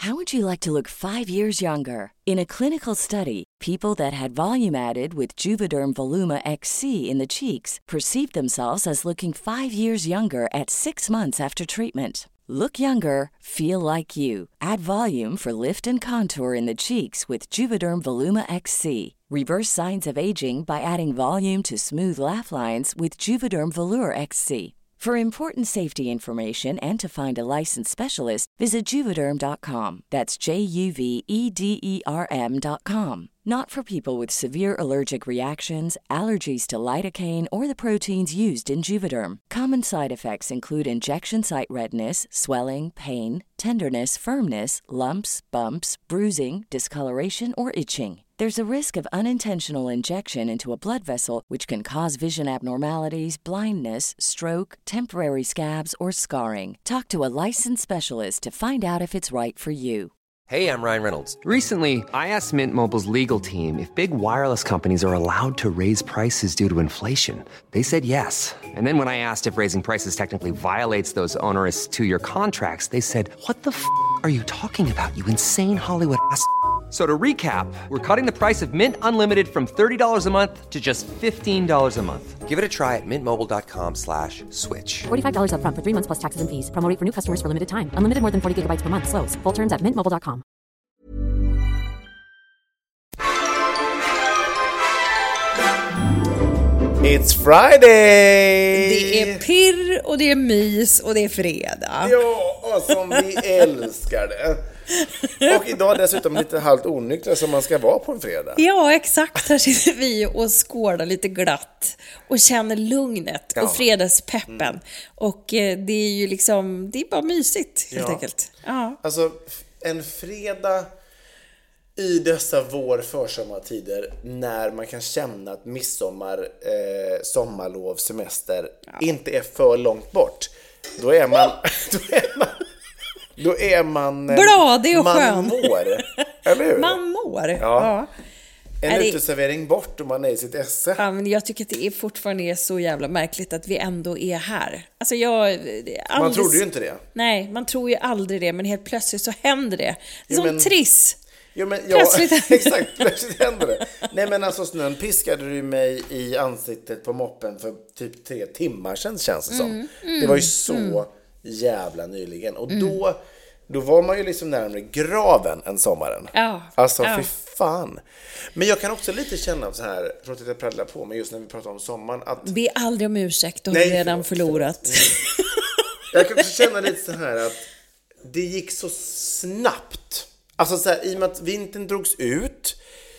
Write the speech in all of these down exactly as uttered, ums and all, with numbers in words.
How would you like to look five years younger? In a clinical study, people that had volume added with Juvederm Voluma X C in the cheeks perceived themselves as looking five years younger at six months after treatment. Look younger, feel like you. Add volume for lift and contour in the cheeks with Juvederm Voluma X C. Reverse signs of aging by adding volume to smooth laugh lines with Juvederm Volure X C. For important safety information and to find a licensed specialist, visit Juvederm dot com. That's J U V E D E R M dot com. Not for people with severe allergic reactions, allergies to lidocaine, or the proteins used in Juvederm. Common side effects include injection site redness, swelling, pain, tenderness, firmness, lumps, bumps, bruising, discoloration, or itching. There's a risk of unintentional injection into a blood vessel, which can cause vision abnormalities, blindness, stroke, temporary scabs, or scarring. Talk to a licensed specialist to find out if it's right for you. Hey, I'm Ryan Reynolds. Recently, I asked Mint Mobile's legal team if big wireless companies are allowed to raise prices due to inflation. They said yes. And then when I asked if raising prices technically violates those onerous two-year contracts, they said, "What the f*** are you talking about, you insane Hollywood ass?" So to recap, we're cutting the price of Mint Unlimited from thirty dollars a month to just fifteen dollars a month. Give it a try at mintmobile.com slash switch. forty-five dollars up front for three months plus taxes and fees. Promo rate for new customers for limited time. Unlimited more than forty gigabytes per month. Slows full terms at mint mobile dot com. It's Friday! Det är pirr och det är mys och det är fredag. Ja, som vi älskar det. Och idag dessutom lite halvt onyktra som man ska vara på en fredag. Ja, exakt. Här sitter vi och skålar lite glatt och känner lugnet ja. och fredagspeppen. Mm. Och eh, det är ju liksom, det är bara mysigt helt ja. enkelt. Ja. Alltså, en fredag i dessa vår försommartider när man kan känna att midsommar, eh, sommarlov, semester ja. inte är för långt bort. Då är man... Då är man Då är man bladig och man skön. Mår, eller hur? Man mår, ja. ja. En är uteservering bort och man är i sitt esse. Ja, men jag tycker att det är fortfarande är så jävla märkligt att vi ändå är här. Alltså jag... Alldeles... Man trodde ju inte det. Nej, man tror ju aldrig det, men helt plötsligt så händer det. Det är som men... Triss. Jo, men, ja, plötsligt exakt, plötsligt händer det. Nej, men alltså snön piskade du mig i ansiktet på moppen för typ tre timmar sedan, känns det som. Mm, mm, det var ju så mm. jävla nyligen. Och mm. då, då var man ju liksom närmare graven än sommaren. Ja, alltså, ja. fy fan. Men jag kan också lite känna så här, trots att jag praddlar på mig just när vi pratar om sommaren, att... Be aldrig om ursäkt, du har redan förlorat. Jag kan också känna lite så här att det gick så snabbt. Alltså så här, i och med att vintern drogs ut,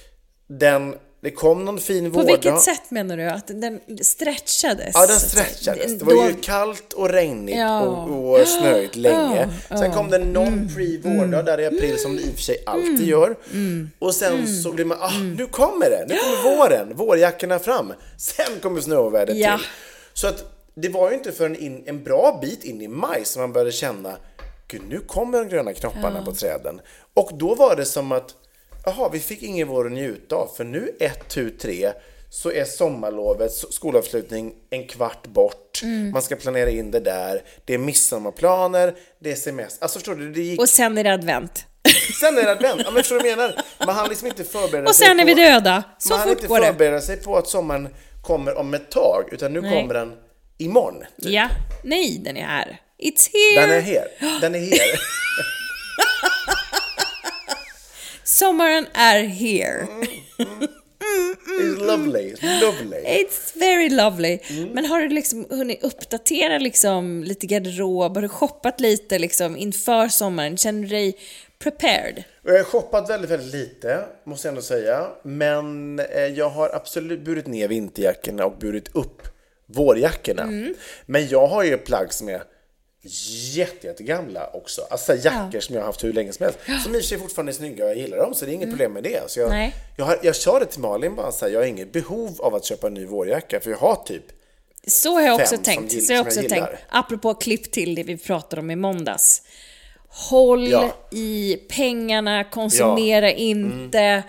den, det kom någon fin vårdag. På vilket sätt menar du? Att den stretchades? Ja, den stretchades. Det var ju kallt och regnigt ja. och, och snöigt länge. Ja. Sen kom det någon mm. pre-vårdag mm. där i april som det i och för sig alltid mm. gör. Mm. Och sen mm. så blir man, ah, nu kommer det. Nu kommer våren. Vårjackorna fram. Sen kommer snövädret ja. till. Så att det var ju inte förrän in, en bra bit in i maj som man började känna, gud, nu kommer de gröna knopparna ja. på träden. Och då var det som att, jaha, vi fick ingen vår att njuta av. För nu, ett, tu, tre, så är sommarlovet, skolavslutning en kvart bort. Mm. Man ska planera in det där. Det är midsommarplaner, det är semester. Alltså förstår du, det gick... Och sen är det advent. Sen är det advent, ja, men förstår du vad jag menar? Man hann liksom inte förbereda och sig sen är på... vi döda, så man fort inte går det. förbereda sig på att sommaren kommer om ett tag. Utan nu Nej. kommer den imorgon. Typ. Ja, nej, den är här. It's here. Den är här. Den är här. Sommaren är here. Mm, mm. It's lovely. It's lovely. It's very lovely. Mm. Men har du liksom hunnit uppdatera liksom lite garderob? Har du shoppat lite liksom inför sommaren? Känner du dig prepared? Jag har shoppat väldigt, väldigt lite, måste jag ändå säga. Men jag har absolut burit ner vinterjackorna och burit upp vårjackorna. Mm. Men jag har ju plagg som är jätte, jättegamla också. Alltså jackor ja. som jag har haft hur länge som helst. Som i och för sig fortfarande är snygga och jag gillar dem, så det är inget mm. problem med det. Så jag, jag, har, jag sa det till Malin bara så här, jag har inget behov av att köpa en ny vårjacka, för jag har typ så har jag också tänkt. Gill, så har jag också jag tänkt. Apropå klipp till det vi pratade om i måndags. Håll ja. i pengarna, konsumera ja. inte.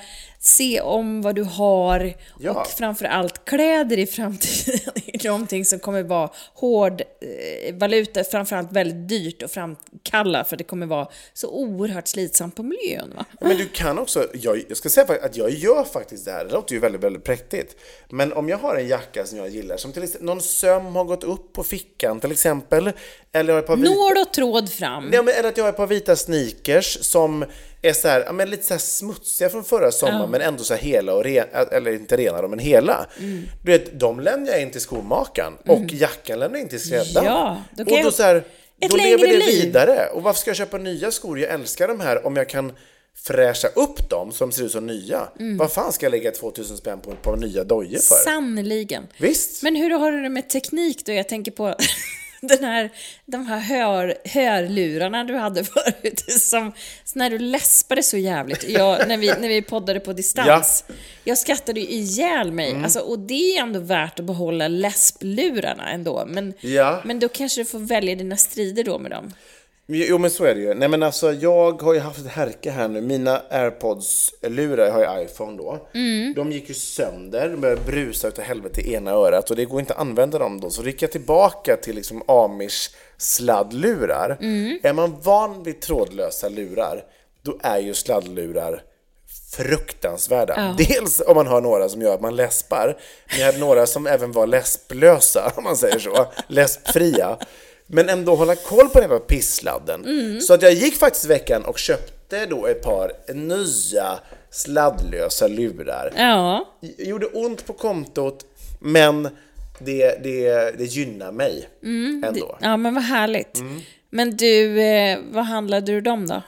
se om vad du har Ja. och framförallt kläder i framtiden är någonting som kommer vara hård eh, valuta, framförallt väldigt dyrt att framkalla för det kommer vara så oerhört slitsamt på miljön, va? Men du kan också, jag, jag ska säga att jag gör faktiskt det här, det låter ju väldigt, väldigt präktigt. Men om jag har en jacka som jag gillar, som till exempel någon söm har gått upp på fickan till exempel, eller jag har ett par vita, Nål och tråd fram. ja, men, eller att jag har ett par vita sneakers som är så här, ja, men lite så här smutsiga från förra sommaren, ja. Men ändå så här hela och ren, eller inte rena dem, men hela. Mm. Du vet, de lämnar jag in till skomakaren och mm. jackan lämnar jag in till skräddaren. Ja, då och då så här, då lever det liv. vidare. Och varför ska jag köpa nya skor? Jag älskar de här om jag kan fräscha upp dem som ser ut som nya. Mm. Vad fan ska jag lägga tvåtusen spänn på ett par nya dojor för? Sannoliken. Visst. Men hur har du det med teknik då? Jag tänker på den här, de här hör, hörlurarna du hade förut som när du läspade så jävligt. Jag, när, vi, när vi poddade på distans. Ja. Jag skrattade ju ihjäl mig. Mm. Alltså, och det är ändå värt att behålla läsplurarna ändå. Men, ja. men då kanske du får välja dina strider då med dem. Jo, men så är det ju. Nej, men alltså, jag har ju haft ett härke här nu. Mina AirPods-lurar, jag har ju iPhone då. Mm. De gick ju sönder. De började brusa ut i helvete i ena örat. Och det går inte att använda dem då. Så gick jag tillbaka till liksom Amish sladdlurar. Mm. Är man van vid trådlösa lurar, då är ju sladdlurar fruktansvärda. Ja. Dels om man har några som gör att man läspar. Men jag hade några som även var läsplösa, om man säger så. Läspfria. Men ändå hålla koll på den här pissladden. Mm. Så att jag gick faktiskt i veckan och köpte då ett par nya sladdlösa lurar. Ja. Det gjorde ont på kontot, men det, det, det gynnar mig mm, ändå. Det, ja, men vad härligt. Mm. Men du, eh, vad handlade du dem då?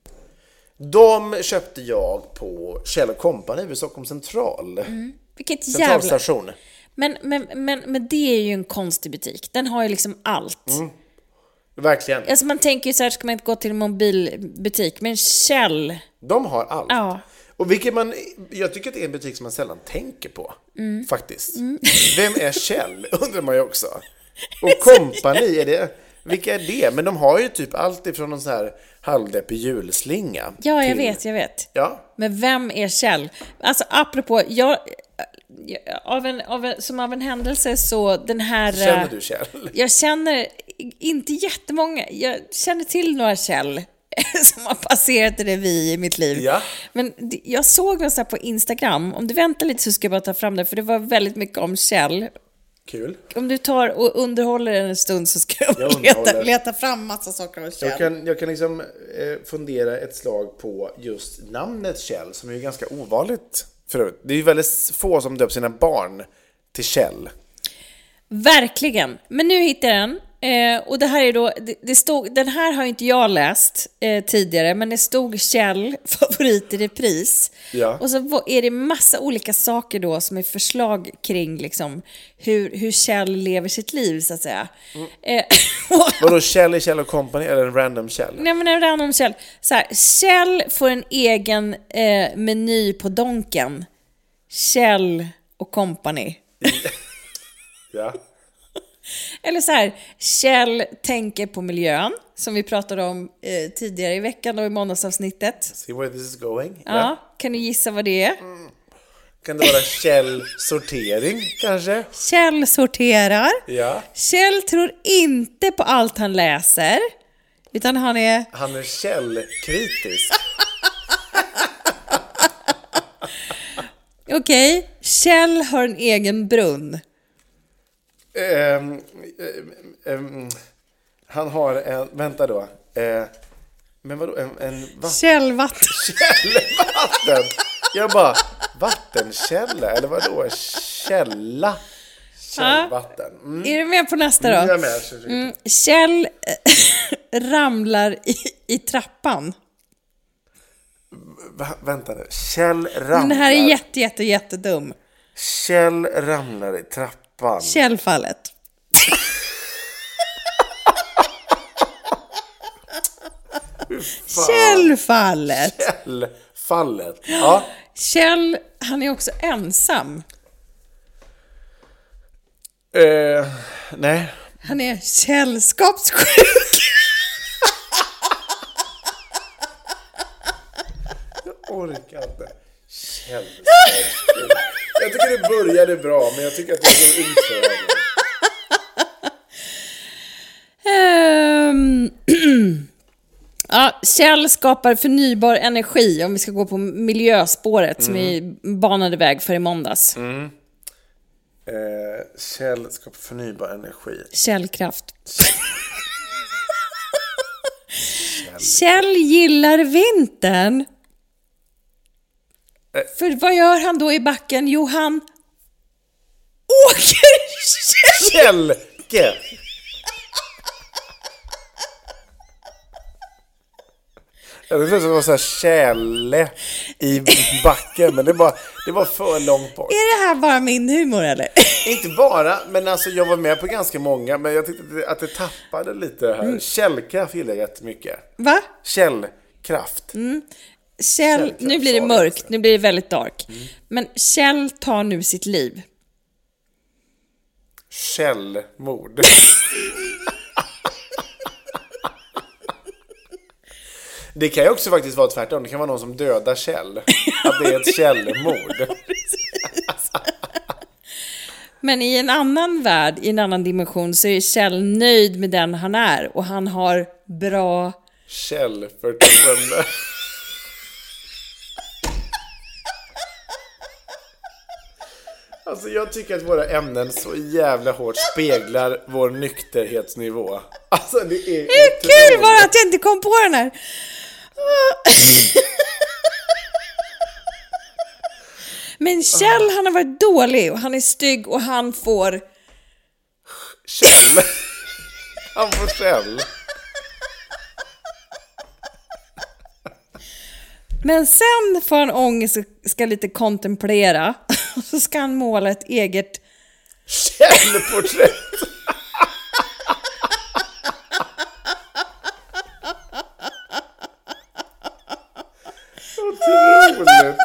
De köpte jag på Kjell och Company vid Stockholm Central. Mm. Vilket Centralstation. Jävla... Men, men, men, men det är ju en konstig butik. Den har ju liksom allt. Mm. Verkligen. Alltså man tänker ju så här, ska man inte gå till en mobilbutik. Men Kjell... De har allt. Ja. Och vilket man, jag tycker att det är en butik som man sällan tänker på. Mm. Faktiskt. Mm. Vem är Kjell? Undrar man ju också. Och Company, är det... Vilka är det? Men de har ju typ allt ifrån någon så här halvdeppig julslinga. Ja, jag till... vet, jag vet. Ja. Men vem är Kjell? Alltså apropå, jag... Av en, av en, som av en händelse så den här... Känner du Kjell? Jag känner inte jättemånga. Jag känner till några Kjell som har passerat revy i mitt liv. Ja. Men jag såg något så här på Instagram. Om du väntar lite så ska jag bara ta fram det. För det var väldigt mycket om Kjell. Kul. Om du tar och underhåller en stund så ska jag, jag leta, leta fram massa saker om Kjell. Jag kan, jag kan liksom eh, fundera ett slag på just namnet Kjell som är ju ganska ovanligt. För det är ju väldigt få som döper sina barn till Kjell. Verkligen. Men nu hittar jag den. Eh, och det här är då, det, det stod, den här har inte jag läst eh, tidigare, men det stod Kjell, favorit i repris. Ja. Och så är det massa olika saker då som är förslag kring liksom, hur, hur Kjell lever sitt liv, så att säga. Mm. Eh, Vadå, Kjell i Kjell och Company eller en random Kjell? Nej, men en random Kjell. Så här, Kjell får en egen eh, meny på Donken. Kjell och Company. Ja. Eller så här, Kjell tänker på miljön, som vi pratade om eh, tidigare i veckan och i måndagsavsnittet. See where this is going. Ja, yeah. Kan du gissa vad det är? Mm. Kan det vara Kjell sortering kanske? Kjell sorterar. Ja. Kjell tror inte på allt han läser, utan han är... Han är källkritisk. Okej, okay. Kjell har en egen brunn. Um, um, um, han har en, vänta då, uh, men vadå, en, en vatten... Källvatten. Källvatten. Jag bara, vattenkälla, eller vadå, källa, källvatten. Mm. Är du med på nästa då? Jag är med. Mm. Kjell ramlar i, i trappan. Va, vänta nu, Kjell ramlar. Men det här är jätte, jätte, jättedum. Kjell ramlar i trappan. Källfallet. Källfallet. Källfallet. Ja. Kjell, han är också ensam. Uh, nej. Han är sällskapssjuk. Jag orkar inte. Källskapsförnybart. Jag tycker det började bra, men jag tycker att det går ut för um, ja, Shell skapar förnybar energi, om vi ska gå på miljöspåret mm. som vi banade väg för i måndags. Mm. Eh, Shell skapar förnybar energi. Källkraft. Shell gillar vintern. Eh. För vad gör han då i backen? Jo, han åker kälke. Jag trodde det var så här källe i backen, men det var, det var för långt bort. Är det här bara min humor eller? Inte bara, men alltså jag var med på ganska många, men jag tyckte att det tappade lite här. Mm. Källkraft gillar jag jättemycket. Va? Källkraft. Mm. Käll, nu blir det mörkt, nu blir det väldigt dark. Mm. Men Kjell tar nu sitt liv. Källmord. Det kan ju också faktiskt vara tvärtom. Det kan vara någon som dödar Kjell. Att det är ett källmord. Men i en annan värld, i en annan dimension, så är Kjell nöjd med den han är. Och han har bra källförtroende. Alltså jag tycker att våra ämnen så jävla hårt speglar vår nykterhetsnivå. Alltså det är Hur kul var det att jag inte kom på den här. Men Kjell, han har varit dålig och han är stygg och han får Kjell. Han får Kjell. Men sen får han ångest och ska lite kontemplera. Och så ska han måla ett eget Kjellporträtt. Otroligt.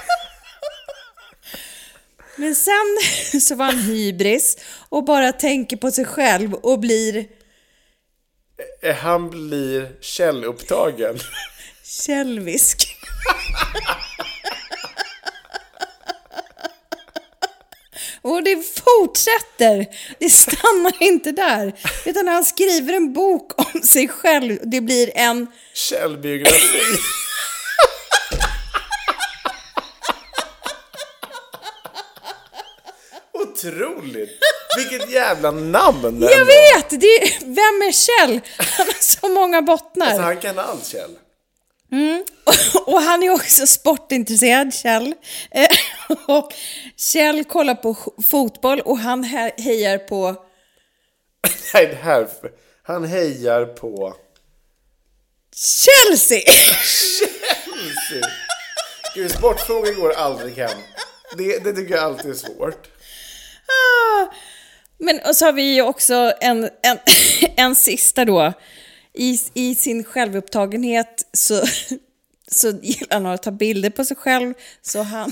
Men sen så var han hybris och bara tänker på sig själv och blir han blir källupptagen. Kjellvisk. Och det fortsätter. Det stannar inte där. Utan han skriver en bok om sig själv. Det blir en Kjellbiografi. Otroligt. Vilket jävla namn. Jag ändå. vet. Det är, vem är Kjell? Han har så många bottnar. Alltså han kan allt, Kjell. Mm. Och, och han är också sportintresserad, Kjell. Eh, och Kjell kollar på fotboll och han he- hejar på Nej, det här han hejar på Chelsea. Chelsea. Gud, sportfrågor går aldrig hem. Det, det tycker jag alltid är svårt. Ah, men och så har vi ju också en, en, en sista då. I, I sin självupptagenhet så, så gillar han att ta bilder på sig själv. Så han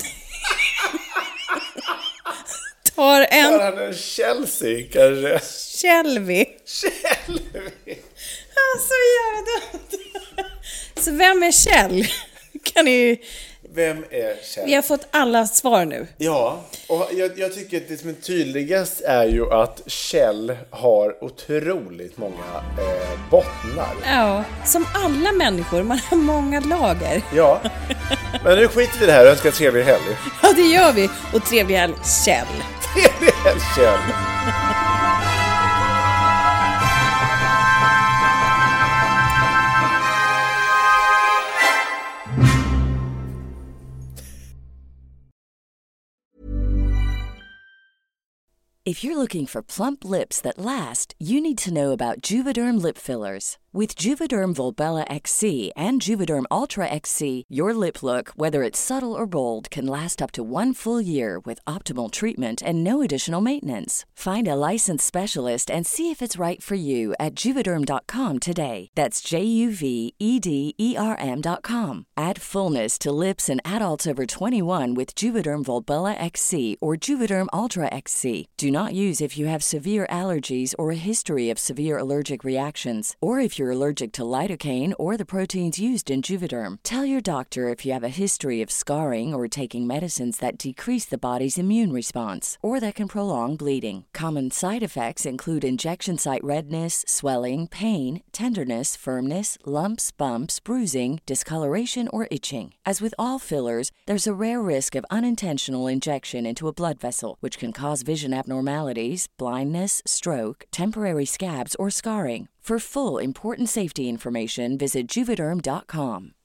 tar en... Tar han en Chelsea kanske? Shelby. Shelby. Ah, så jävla dumt. Så vem är Kjell? Kan ni... Vem är Kjell? Vi har fått alla svar nu. Ja, och jag, jag tycker att det som är tydligast är ju att Kjell har otroligt många eh, bottnar. Ja, som alla människor, man har många lager. Ja, men nu skiter vi det här och önskar trevlig helg. Ja, det gör vi. Och trevlig helg, Kjell. Trevlig helg, Kjell. If you're looking for plump lips that last, you need to know about Juvederm lip fillers. With Juvederm Volbella X C and Juvederm Ultra X C, your lip look, whether it's subtle or bold, can last up to one full year with optimal treatment and no additional maintenance. Find a licensed specialist and see if it's right for you at juvederm dot com today. That's J U V E D E R M dot com. Add fullness to lips in adults over twenty-one with Juvederm Volbella X C or Juvederm Ultra X C. Do not use if you have severe allergies or a history of severe allergic reactions, or if you're you're allergic to lidocaine or the proteins used in Juvederm. Tell your doctor if you have a history of scarring or taking medicines that decrease the body's immune response or that can prolong bleeding. Common side effects include injection site redness, swelling, pain, tenderness, firmness, lumps, bumps, bruising, discoloration, or itching. As with all fillers, there's a rare risk of unintentional injection into a blood vessel, which can cause vision abnormalities, blindness, stroke, temporary scabs, or scarring. For full, important safety information, visit Juvederm dot com.